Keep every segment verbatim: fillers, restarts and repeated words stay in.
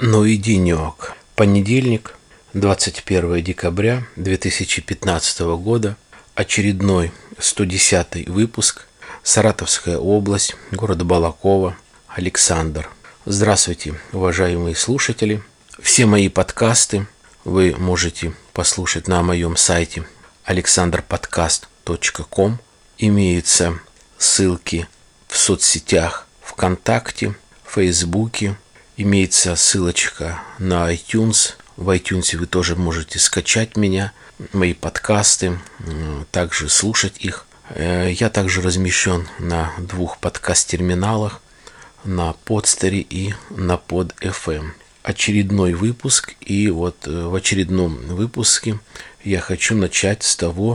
Ну и денек. Понедельник, двадцать первое декабря две тысячи пятнадцатого года. Очередной сто десятый выпуск. Саратовская область, город Балаково. Александр. Здравствуйте, уважаемые слушатели. Все мои подкасты вы можете послушать на моем сайте александр подкаст точка ком. Имеются ссылки в соцсетях ВКонтакте, Фейсбуке. Имеется ссылочка на iTunes. В iTunes вы тоже можете скачать меня, мои подкасты, также слушать их. Я также размещен на двух подкаст-терминалах, на Подстере и на Под эф эм. Очередной выпуск, и вот в очередном выпуске я хочу начать с того,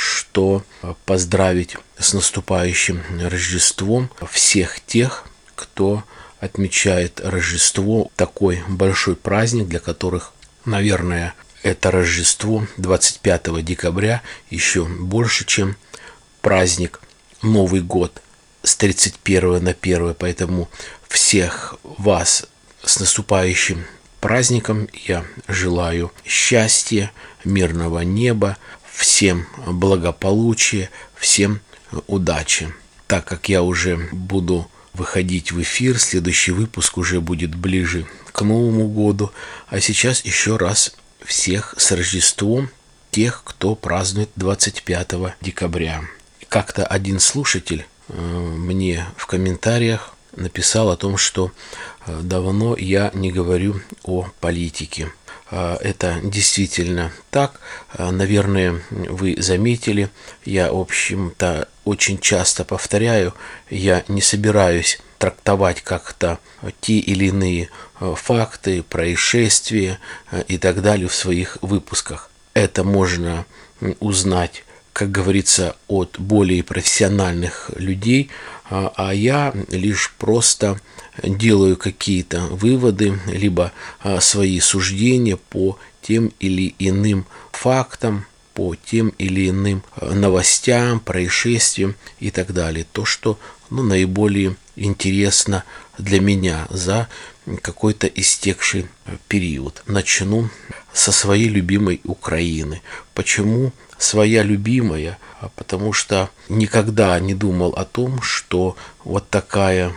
что поздравить с наступающим Рождеством всех тех, кто отмечает Рождество, такой большой праздник, для которых, наверное, это Рождество двадцать пятого декабря еще больше, чем праздник Новый год с тридцать первого на первое. Поэтому всех вас с наступающим праздником я желаю счастья, мирного неба, всем благополучия, всем удачи. Так как я уже буду выходить в эфир, следующий выпуск уже будет ближе к Новому году. А сейчас еще раз всех с Рождеством, тех, кто празднует двадцать пятого декабря. Как-то один слушатель э, мне в комментариях написал о том, что э, давно я не говорю о политике. Э, это действительно так. Э, наверное, вы заметили, я, в общем-то, очень часто повторяю, я не собираюсь трактовать как-то те или иные факты, происшествия и так далее в своих выпусках. Это можно узнать, как говорится, от более профессиональных людей, а я лишь просто делаю какие-то выводы, либо свои суждения по тем или иным фактам, по тем или иным новостям, происшествиям и так далее. То, что ну, наиболее интересно для меня за какой-то истекший период. Начну со своей любимой Украины. Почему своя любимая? Потому что никогда не думал о том, что вот такая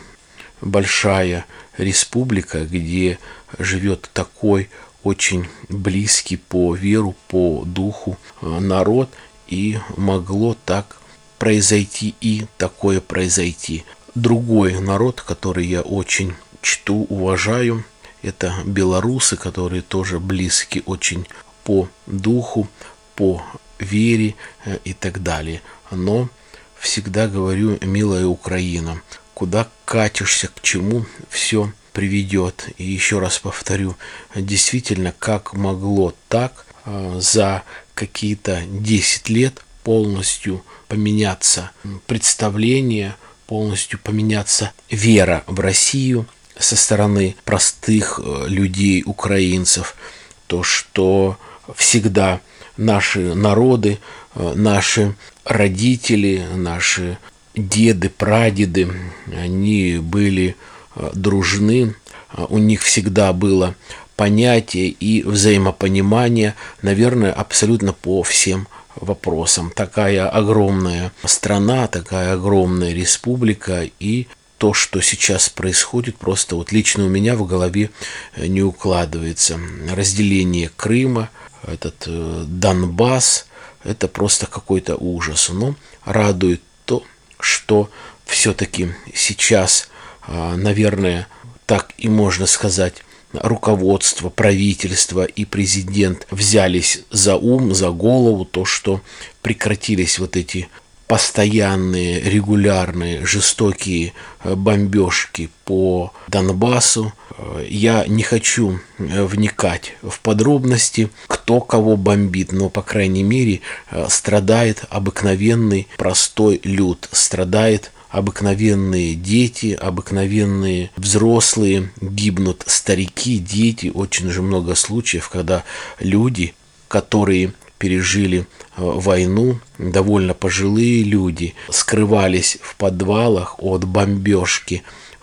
большая республика, где живет такой очень близкий по веру, по духу народ, и могло так произойти и такое произойти. Другой народ, который я очень чту, уважаю, это белорусы, которые тоже близки очень по духу, по вере и так далее. Но всегда говорю, милая Украина, куда катишься, к чему все приведет. И еще раз повторю, действительно, как могло так за какие-то десять лет полностью поменяться представление, полностью поменяться вера в Россию со стороны простых людей, украинцев, то, что всегда наши народы, наши родители, наши деды, прадеды, они были дружны, у них всегда было понятие и взаимопонимание, наверное, абсолютно по всем вопросам. Такая огромная страна, такая огромная республика, и то, что сейчас происходит, просто вот лично у меня в голове не укладывается. Разделение Крыма, этот Донбасс, это просто какой-то ужас. Но радует то, что все-таки сейчас, наверное, так и можно сказать, руководство, правительство и президент взялись за ум, за голову, то, что прекратились вот эти постоянные, регулярные, жестокие бомбежки по Донбассу. Я не хочу вникать в подробности, кто кого бомбит, но, по крайней мере, страдает обыкновенный простой люд, страдает обыкновенные дети, обыкновенные взрослые, гибнут старики, дети. Очень же много случаев, когда люди, которые пережили войну, довольно пожилые люди, скрывались в подвалах от бомбежки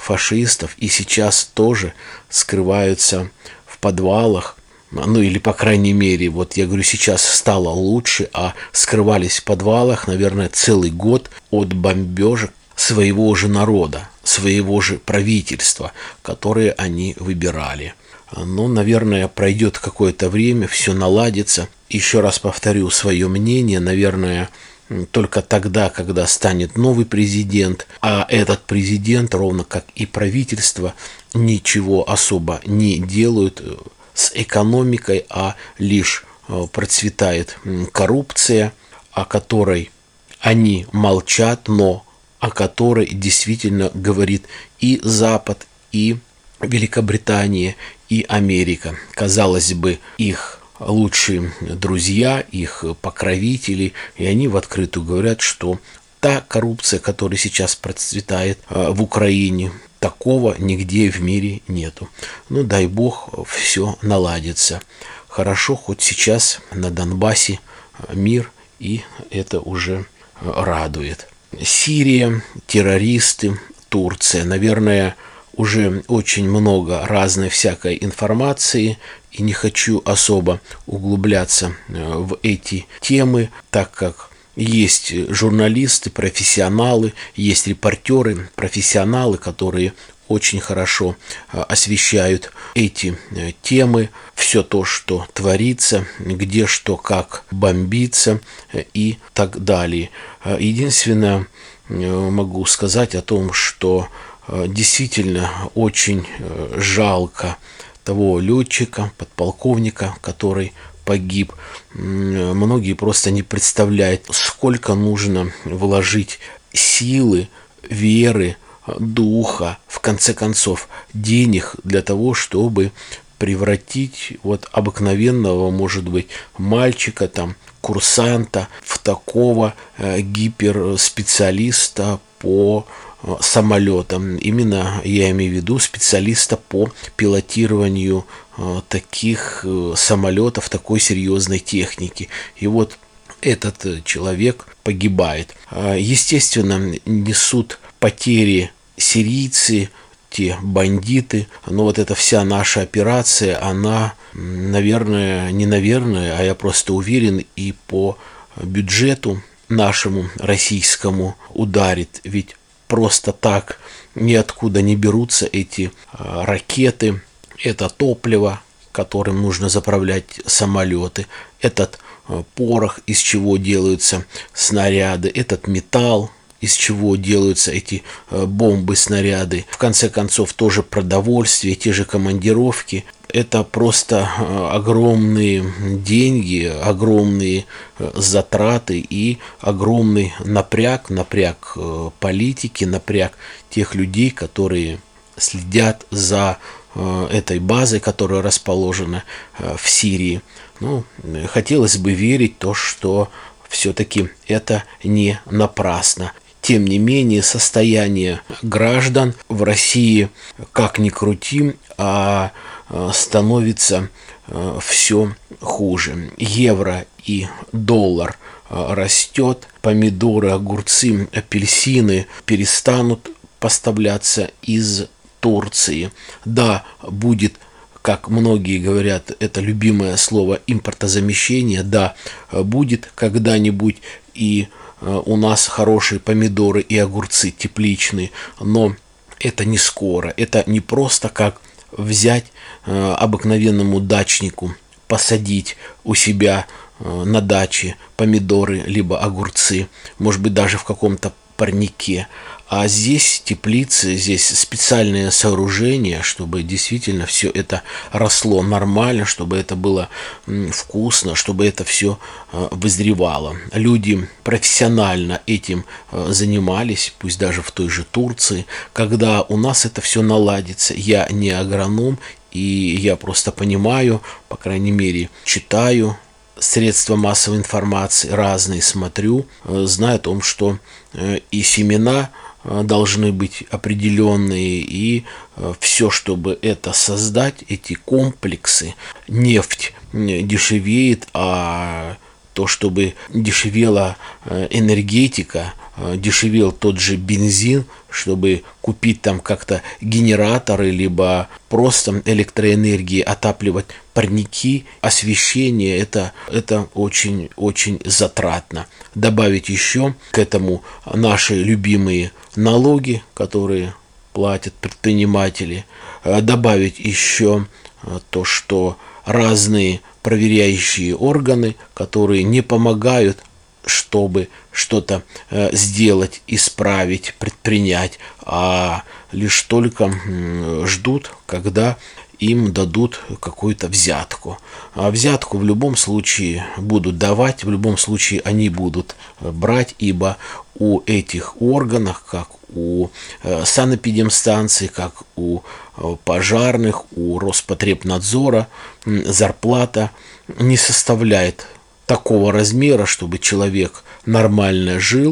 фашистов и сейчас тоже скрываются в подвалах. Ну или, по крайней мере, вот я говорю, сейчас стало лучше, а скрывались в подвалах, наверное, целый год от бомбежек своего же народа, своего же правительства, которое они выбирали. Ну, наверное, пройдет какое-то время, все наладится. Еще раз повторю свое мнение, наверное, только тогда, когда станет новый президент, а этот президент, ровно как и правительство, ничего особо не делают с экономикой, а лишь процветает коррупция, о которой они молчат, но о которой действительно говорит и Запад, и Великобритания, и Америка. Казалось бы, их лучшие друзья, их покровители, и они в открытую говорят, что та коррупция, которая сейчас процветает в Украине, такого нигде в мире нету. Ну, дай бог, все наладится. Хорошо, хоть сейчас на Донбассе мир, и это уже радует. Сирия, террористы, Турция. Наверное, уже очень много разной всякой информации, и не хочу особо углубляться в эти темы, так как есть журналисты, профессионалы, есть репортеры, профессионалы, которые очень хорошо освещают эти темы, все то, что творится, где что, как бомбится и так далее. Единственное, могу сказать о том, что действительно очень жалко того летчика, подполковника, который погиб. Многие просто не представляют, сколько нужно вложить силы, веры, духа, в конце концов, денег для того, чтобы превратить вот обыкновенного, может быть, мальчика, там, курсанта в такого э, гиперспециалиста по э, самолетам. Именно я имею в виду специалиста по пилотированию э, таких э, самолетов, такой серьезной техники. И вот этот человек погибает. Естественно, несут потери сирийцы, те бандиты, но вот эта вся наша операция, она, наверное, не наверное, а я просто уверен, и по бюджету нашему российскому ударит. Ведь просто так ниоткуда не берутся эти ракеты, это топливо, которым нужно заправлять самолеты, этот порох, из чего делаются снаряды, этот металл, из чего делаются эти бомбы, снаряды. В конце концов, тоже продовольствие, те же командировки. Это просто огромные деньги, огромные затраты и огромный напряг, напряг политики, напряг тех людей, которые следят за этой базой, которая расположена в Сирии. Ну, хотелось бы верить в то, что все-таки это не напрасно. Тем не менее, состояние граждан в России, как ни крути, а становится все хуже. Евро и доллар растет, помидоры, огурцы, апельсины перестанут поставляться из Турции. Да, будет, как многие говорят, это любимое слово импортозамещение, да, будет когда-нибудь и у нас хорошие помидоры и огурцы тепличные, но это не скоро, это не просто как взять обыкновенному дачнику, посадить у себя на даче помидоры либо огурцы, может быть даже в каком-то парнике. А здесь теплицы, здесь специальные сооружения, чтобы действительно все это росло нормально, чтобы это было вкусно, чтобы это все вызревало. Люди профессионально этим занимались, пусть даже в той же Турции. Когда у нас это все наладится, я не агроном, и я просто понимаю, по крайней мере, читаю средства массовой информации разные, смотрю, знаю о том, что и семена должны быть определенные, и все, чтобы это создать, эти комплексы, нефть дешевеет, а то чтобы дешевела энергетика, дешевел тот же бензин, чтобы купить там как-то генераторы, либо просто электроэнергией отапливать парники, освещение, это, это очень-очень затратно. Добавить еще к этому наши любимые налоги, которые платят предприниматели, добавить еще то, что разные проверяющие органы, которые не помогают, чтобы что-то э, сделать, исправить, предпринять, а лишь только э, ждут, когда им дадут какую-то взятку. А взятку в любом случае будут давать, в любом случае они будут брать, ибо у этих органов, как у э, санэпидемстанций, как у э, пожарных, у Роспотребнадзора, э, зарплата не составляет такого размера, чтобы человек нормально жил,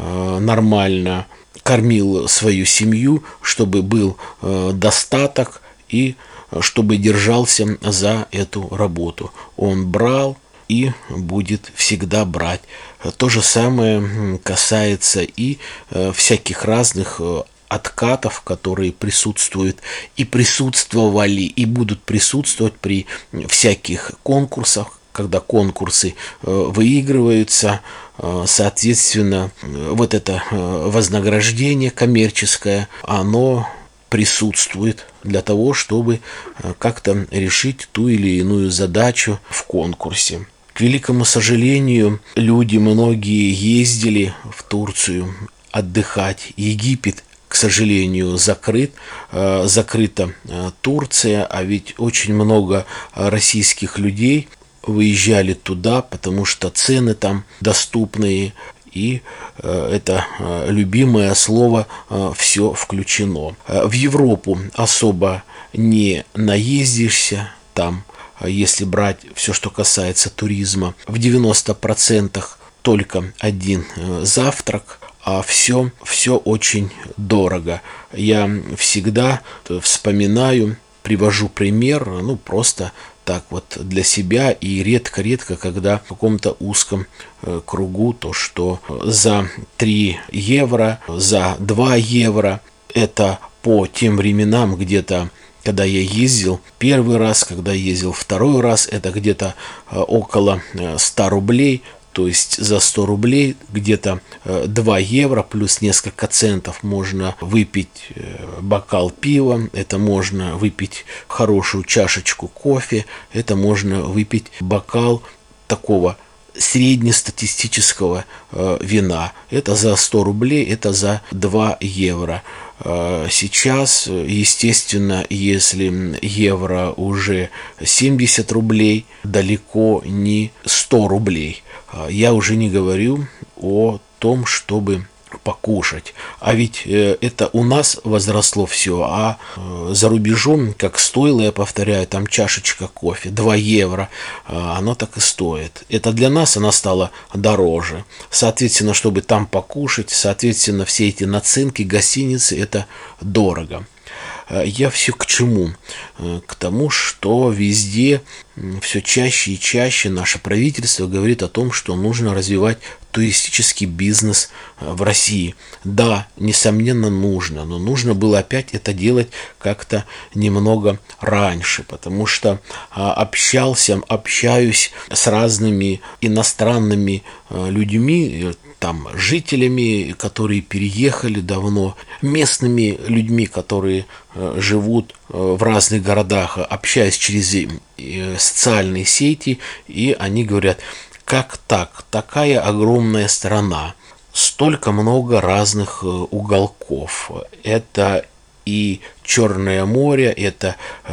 нормально кормил свою семью, чтобы был достаток и чтобы держался за эту работу. Он брал и будет всегда брать. То же самое касается и всяких разных откатов, которые присутствуют и присутствовали и будут присутствовать при всяких конкурсах, когда конкурсы выигрываются, соответственно, вот это вознаграждение коммерческое, оно присутствует для того, чтобы как-то решить ту или иную задачу в конкурсе. К великому сожалению, люди многие ездили в Турцию отдыхать. Египет, к сожалению, закрыт, закрыта Турция, а ведь очень много российских людей выезжали туда, потому что цены там доступные, и э, это э, любимое слово э, «все включено». В Европу особо не наездишься, там, если брать все, что касается туризма, в девяноста процентах только один э, завтрак, а все, все очень дорого. Я всегда вспоминаю, привожу пример, ну просто так вот для себя, и редко-редко, когда в каком-то узком э, кругу, то что за три евро, за два евро, это по тем временам где-то, когда я ездил первый раз, когда ездил второй раз, это где-то э, около ста рублей. То есть за сто рублей где-то два евро плюс несколько центов можно выпить бокал пива, это можно выпить хорошую чашечку кофе, это можно выпить бокал такого среднестатистического вина. Это за сто рублей, это за два евро. Сейчас, естественно, если евро уже семьдесят рублей, далеко не сто рублей. Я уже не говорю о том, чтобы покушать. А ведь это у нас возросло все, а за рубежом, как стоило, я повторяю, там чашечка кофе, два евро, оно так и стоит. Это для нас она стала дороже. Соответственно, чтобы там покушать, соответственно, все эти наценки, гостиницы, это дорого. Я все к чему? К тому, что везде все чаще и чаще наше правительство говорит о том, что нужно развивать туристический бизнес в России. Да, несомненно, нужно, но нужно было опять это делать как-то немного раньше, потому что общался, общаюсь с разными иностранными людьми, там, жителями, которые переехали давно, местными людьми, которые живут в разных городах, общаясь через социальные сети, и они говорят: как так? Такая огромная страна, столько много разных уголков. Это и Черное море, это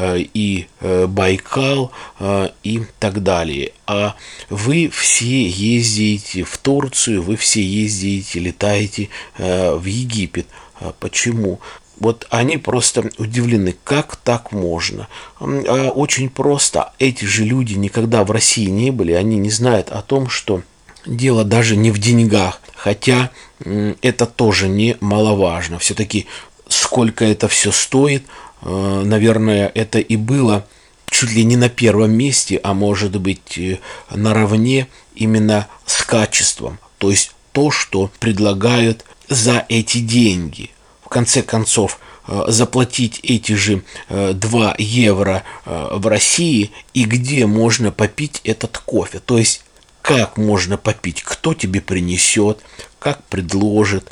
и Байкал, и так далее. А вы все ездите в Турцию, вы все ездите, летаете в Египет. Почему? Вот они просто удивлены, как так можно. Очень просто. Эти же люди никогда в России не были, они не знают о том, что дело даже не в деньгах. Хотя это тоже немаловажно. Все-таки сколько это все стоит, наверное, это и было чуть ли не на первом месте, а может быть наравне именно с качеством. То есть то, что предлагают за эти деньги. В конце концов, заплатить эти же два евро в России, и где можно попить этот кофе. То есть как можно попить, кто тебе принесет, как предложит,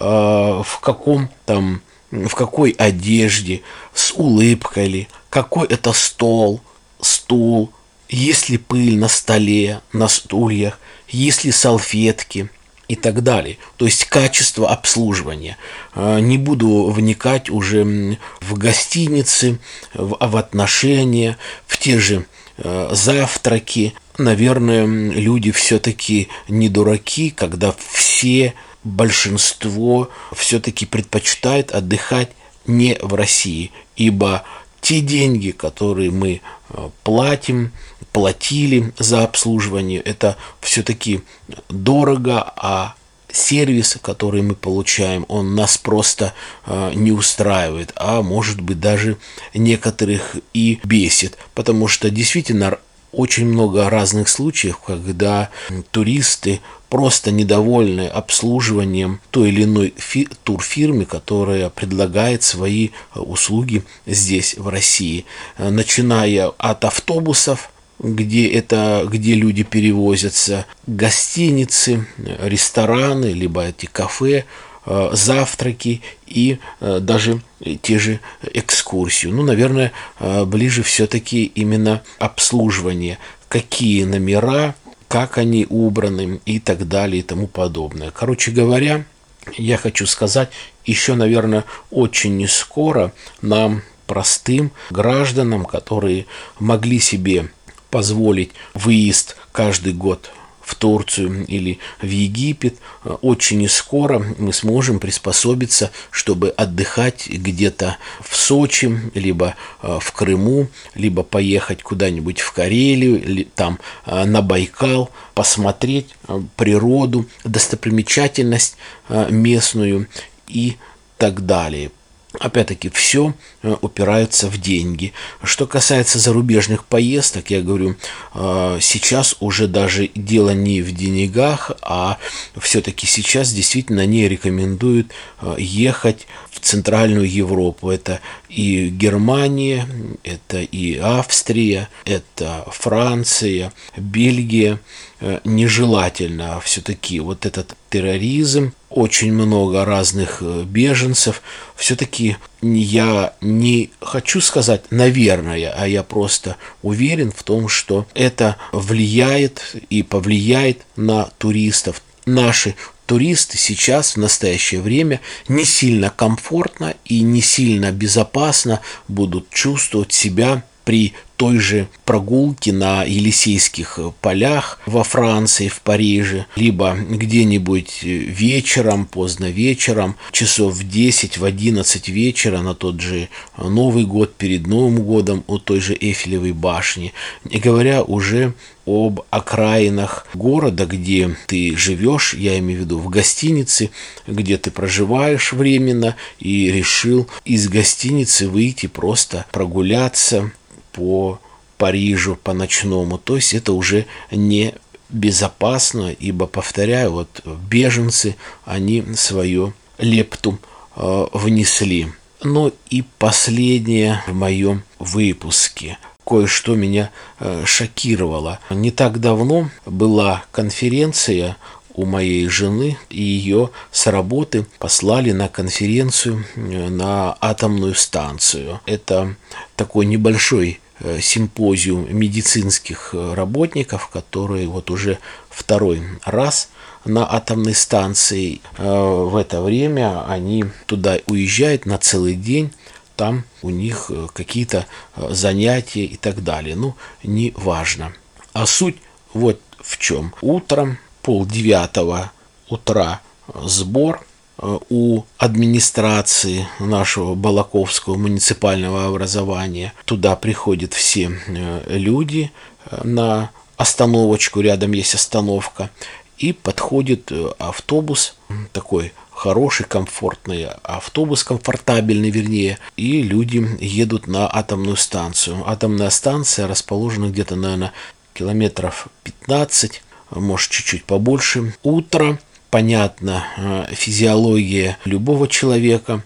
в каком там, в какой одежде, с улыбкой ли, какой это стол, стул, есть ли пыль на столе, на стульях, есть ли салфетки и так далее. То есть качество обслуживания. Не буду вникать уже в гостиницы, в, в отношения, в те же завтраки. Наверное, люди все-таки не дураки, когда все, большинство все-таки предпочитают отдыхать не в России, ибо те деньги, которые мы платим, платили за обслуживание, это все-таки дорого, а сервис, который мы получаем, он нас просто не устраивает, а может быть даже некоторых и бесит, потому что действительно очень много разных случаев, когда туристы просто недовольны обслуживанием той или иной фи- турфирмы, которая предлагает свои услуги здесь, в России. Начиная от автобусов, где, это, где люди перевозятся, гостиницы, рестораны, либо эти кафе, завтраки и даже те же экскурсии. Ну, наверное, ближе все-таки именно обслуживание, какие номера, как они убраны и так далее и тому подобное. Короче говоря, я хочу сказать, еще, наверное, очень не скоро нам, простым гражданам, которые могли себе позволить выезд каждый год в Турцию или в Египет, очень не скоро мы сможем приспособиться, чтобы отдыхать где-то в Сочи, либо в Крыму, либо поехать куда-нибудь в Карелию, там на Байкал, посмотреть природу, достопримечательность местную и так далее. Опять-таки, все упирается в деньги. Что касается зарубежных поездок, я говорю, сейчас уже даже дело не в деньгах, а все-таки сейчас действительно не рекомендуют ехать в Центральную Европу. Это и Германия, это и Австрия, это Франция, Бельгия. Нежелательно все-таки вот этот терроризм, очень много разных беженцев. Все-таки я не хочу сказать, наверное, а я просто уверен в том, что это влияет и повлияет на туристов. Наши туристы сейчас в настоящее время не сильно комфортно и не сильно безопасно будут чувствовать себя при той же прогулке на Елисейских полях во Франции, в Париже, либо где-нибудь вечером, поздно вечером, часов в десять, в одиннадцать вечера на тот же Новый год, перед Новым годом у той же Эйфелевой башни, не говоря уже об окраинах города, где ты живешь, я имею в виду в гостинице, где ты проживаешь временно и решил из гостиницы выйти просто прогуляться по Парижу, по ночному. То есть это уже не безопасно, ибо, повторяю, вот беженцы, они свою лепту э, внесли. Ну и последнее в моем выпуске. Кое-что меня э, шокировало. Не так давно была конференция у моей жены, и ее с работы послали на конференцию на атомную станцию. Это такой небольшой симпозиум медицинских работников, которые вот уже второй раз на атомной станции. В это время они туда уезжают на целый день, там у них какие-то занятия и так далее. Ну, не важно. А суть вот в чем. Утром, полдевятого утра сбор у администрации нашего Балаковского муниципального образования. Туда приходят все люди на остановочку, рядом есть остановка, и подходит автобус такой хороший, комфортный автобус, комфортабельный, вернее, и люди едут на атомную станцию. Атомная станция расположена где-то, наверное, километров пятнадцать, может, чуть-чуть побольше. Утро, понятно, физиология любого человека,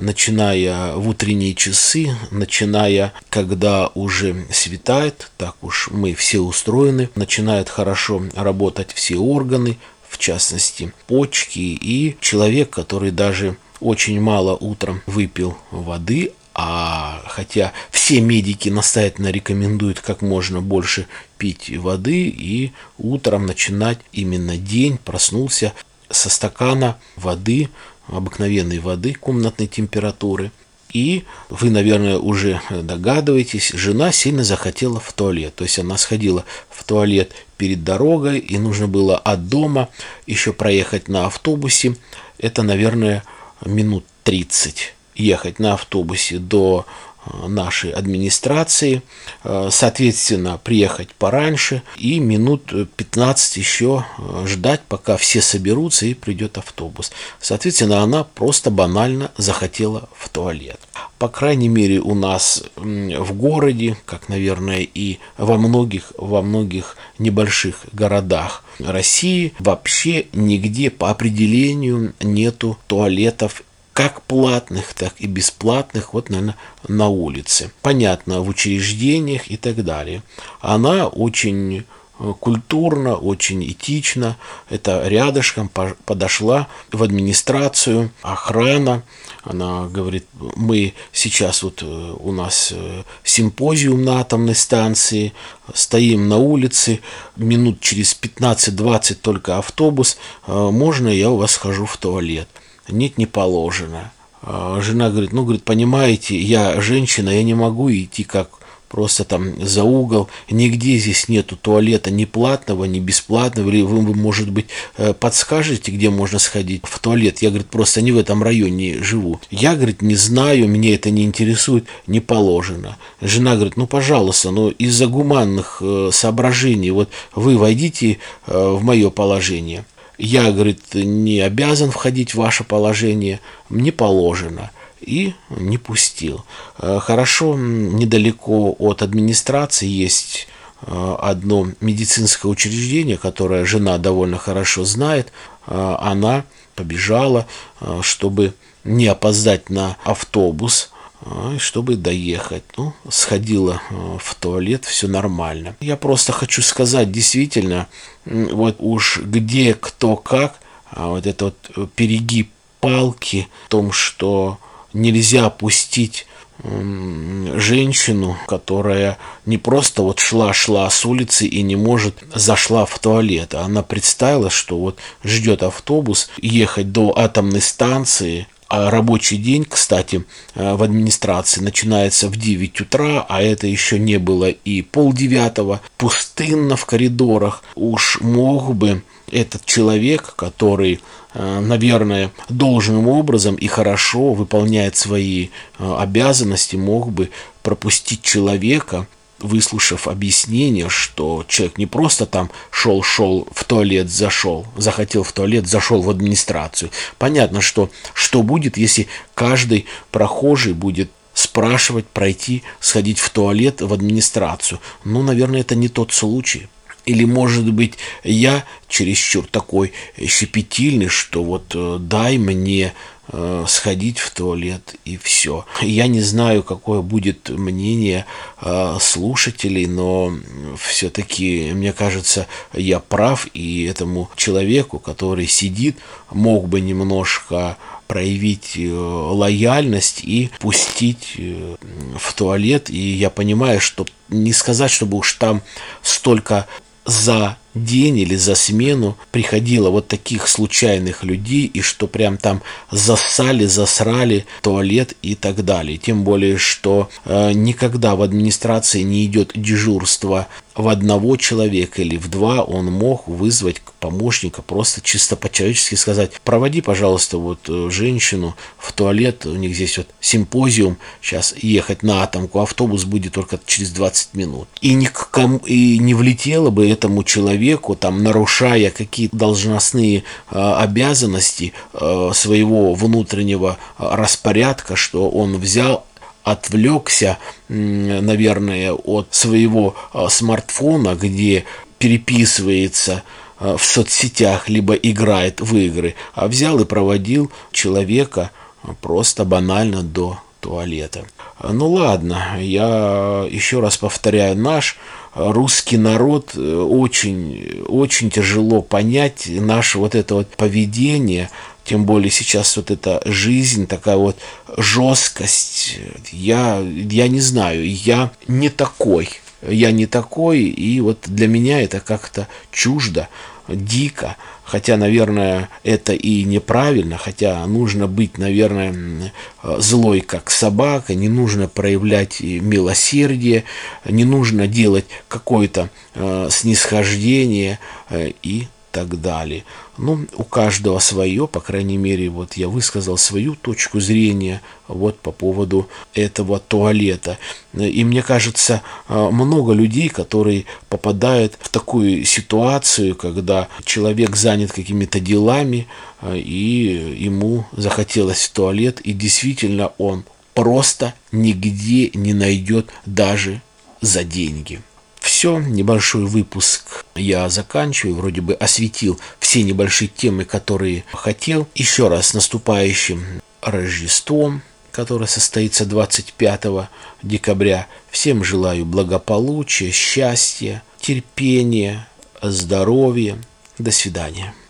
начиная в утренние часы, начиная, когда уже светает, так уж мы все устроены, начинают хорошо работать все органы, в частности, почки, и человек, который даже очень мало утром выпил воды, а хотя все медики настоятельно рекомендуют как можно больше пить воды и утром начинать именно день, проснулся со стакана воды, обыкновенной воды комнатной температуры. И вы, наверное, уже догадываетесь, жена сильно захотела в туалет. То есть она сходила в туалет перед дорогой, и нужно было от дома еще проехать на автобусе. Это, наверное, минут тридцать ехать на автобусе до нашей администрации, соответственно, приехать пораньше и минут пятнадцать еще ждать, пока все соберутся и придет автобус. Соответственно, она просто банально захотела в туалет. По крайней мере, у нас в городе, как, наверное, и во многих, во многих небольших городах России, вообще нигде по определению нету туалетов как платных, так и бесплатных, вот, наверное, на улице. Понятно, в учреждениях и так далее. Она очень культурно, очень этично, это рядышком подошла в администрацию, охрана. Она говорит, мы сейчас вот у нас симпозиум на атомной станции, стоим на улице, минут через пятнадцать-двадцать только автобус, можно я у вас схожу в туалет? Нет, не положено. Жена говорит, ну, говорит, понимаете, я женщина, я не могу идти как просто там за угол, нигде здесь нету туалета ни платного, ни бесплатного, или вы, может быть, подскажете, где можно сходить в туалет? Я, говорит, просто не в этом районе живу. Я, говорит, не знаю, меня это не интересует, не положено. Жена говорит, ну, пожалуйста, ну, из-за гуманных соображений, вот вы войдите в мое положение. Я, говорит, не обязан входить в ваше положение, мне положено. И не пустил. Хорошо, недалеко от администрации есть одно медицинское учреждение, которое жена довольно хорошо знает. Она побежала, чтобы не опоздать на автобус, чтобы доехать. Ну, сходила в туалет, все нормально. Я просто хочу сказать, действительно, вот уж где, кто, как, а вот этот вот перегиб палки в том, что нельзя пустить женщину, которая не просто вот шла-шла с улицы и не может, зашла в туалет. Она представила, что вот ждет автобус, ехать до атомной станции. А рабочий день, кстати, в администрации начинается в девять утра, а это еще не было и полдевятого, пустынно в коридорах. Уж мог бы этот человек, который, наверное, должным образом и хорошо выполняет свои обязанности, мог бы пропустить человека, выслушав объяснение, что человек не просто там шел-шел в туалет, зашел, захотел в туалет, зашел в администрацию. Понятно, что что будет, если каждый прохожий будет спрашивать, пройти, сходить в туалет, в администрацию. Ну, наверное, это не тот случай. Или, может быть, я чересчур такой щепетильный, что вот дай мне сходить в туалет и все. Я не знаю, какое будет мнение слушателей, но все-таки, мне кажется, я прав, и этому человеку, который сидит, мог бы немножко проявить лояльность и пустить в туалет. И я понимаю, что не сказать, чтобы уж там столько за день или за смену приходило вот таких случайных людей, и что прям там зассали, засрали туалет и так далее. Тем более, что э, никогда в администрации не идет дежурство в одного человека или в два, он мог вызвать помощника, просто чисто по-человечески сказать: проводи, пожалуйста, вот женщину в туалет, у них здесь вот симпозиум, сейчас ехать на атомку, автобус будет только через двадцать минут. И никому, и не влетело бы этому человеку человеку, там, нарушая какие-то должностные обязанности своего внутреннего распорядка, что он взял, отвлекся, наверное, от своего смартфона, где переписывается в соцсетях, либо играет в игры, а взял и проводил человека просто банально до туалета. Ну ладно, я еще раз повторяю, наш русский народ очень, очень тяжело понять наше вот это вот поведение, тем более сейчас вот эта жизнь, такая вот жесткость. Я, я не знаю, я не такой. Я не такой, и вот для меня это как-то чуждо, дико. Хотя, наверное, это и неправильно, хотя нужно быть, наверное, злой, как собака, не нужно проявлять милосердие, не нужно делать какое-то э, снисхождение э, и так далее. Ну, у каждого свое, по крайней мере, вот я высказал свою точку зрения вот по поводу этого туалета. И мне кажется, много людей, которые попадают в такую ситуацию, когда человек занят какими-то делами, и ему захотелось в туалет, и действительно он просто нигде не найдет даже за деньги. Все, небольшой выпуск я заканчиваю, вроде бы осветил все небольшие темы, которые хотел. Еще раз с наступающим Рождеством, которое состоится двадцать пятого декабря. Всем желаю благополучия, счастья, терпения, здоровья. До свидания.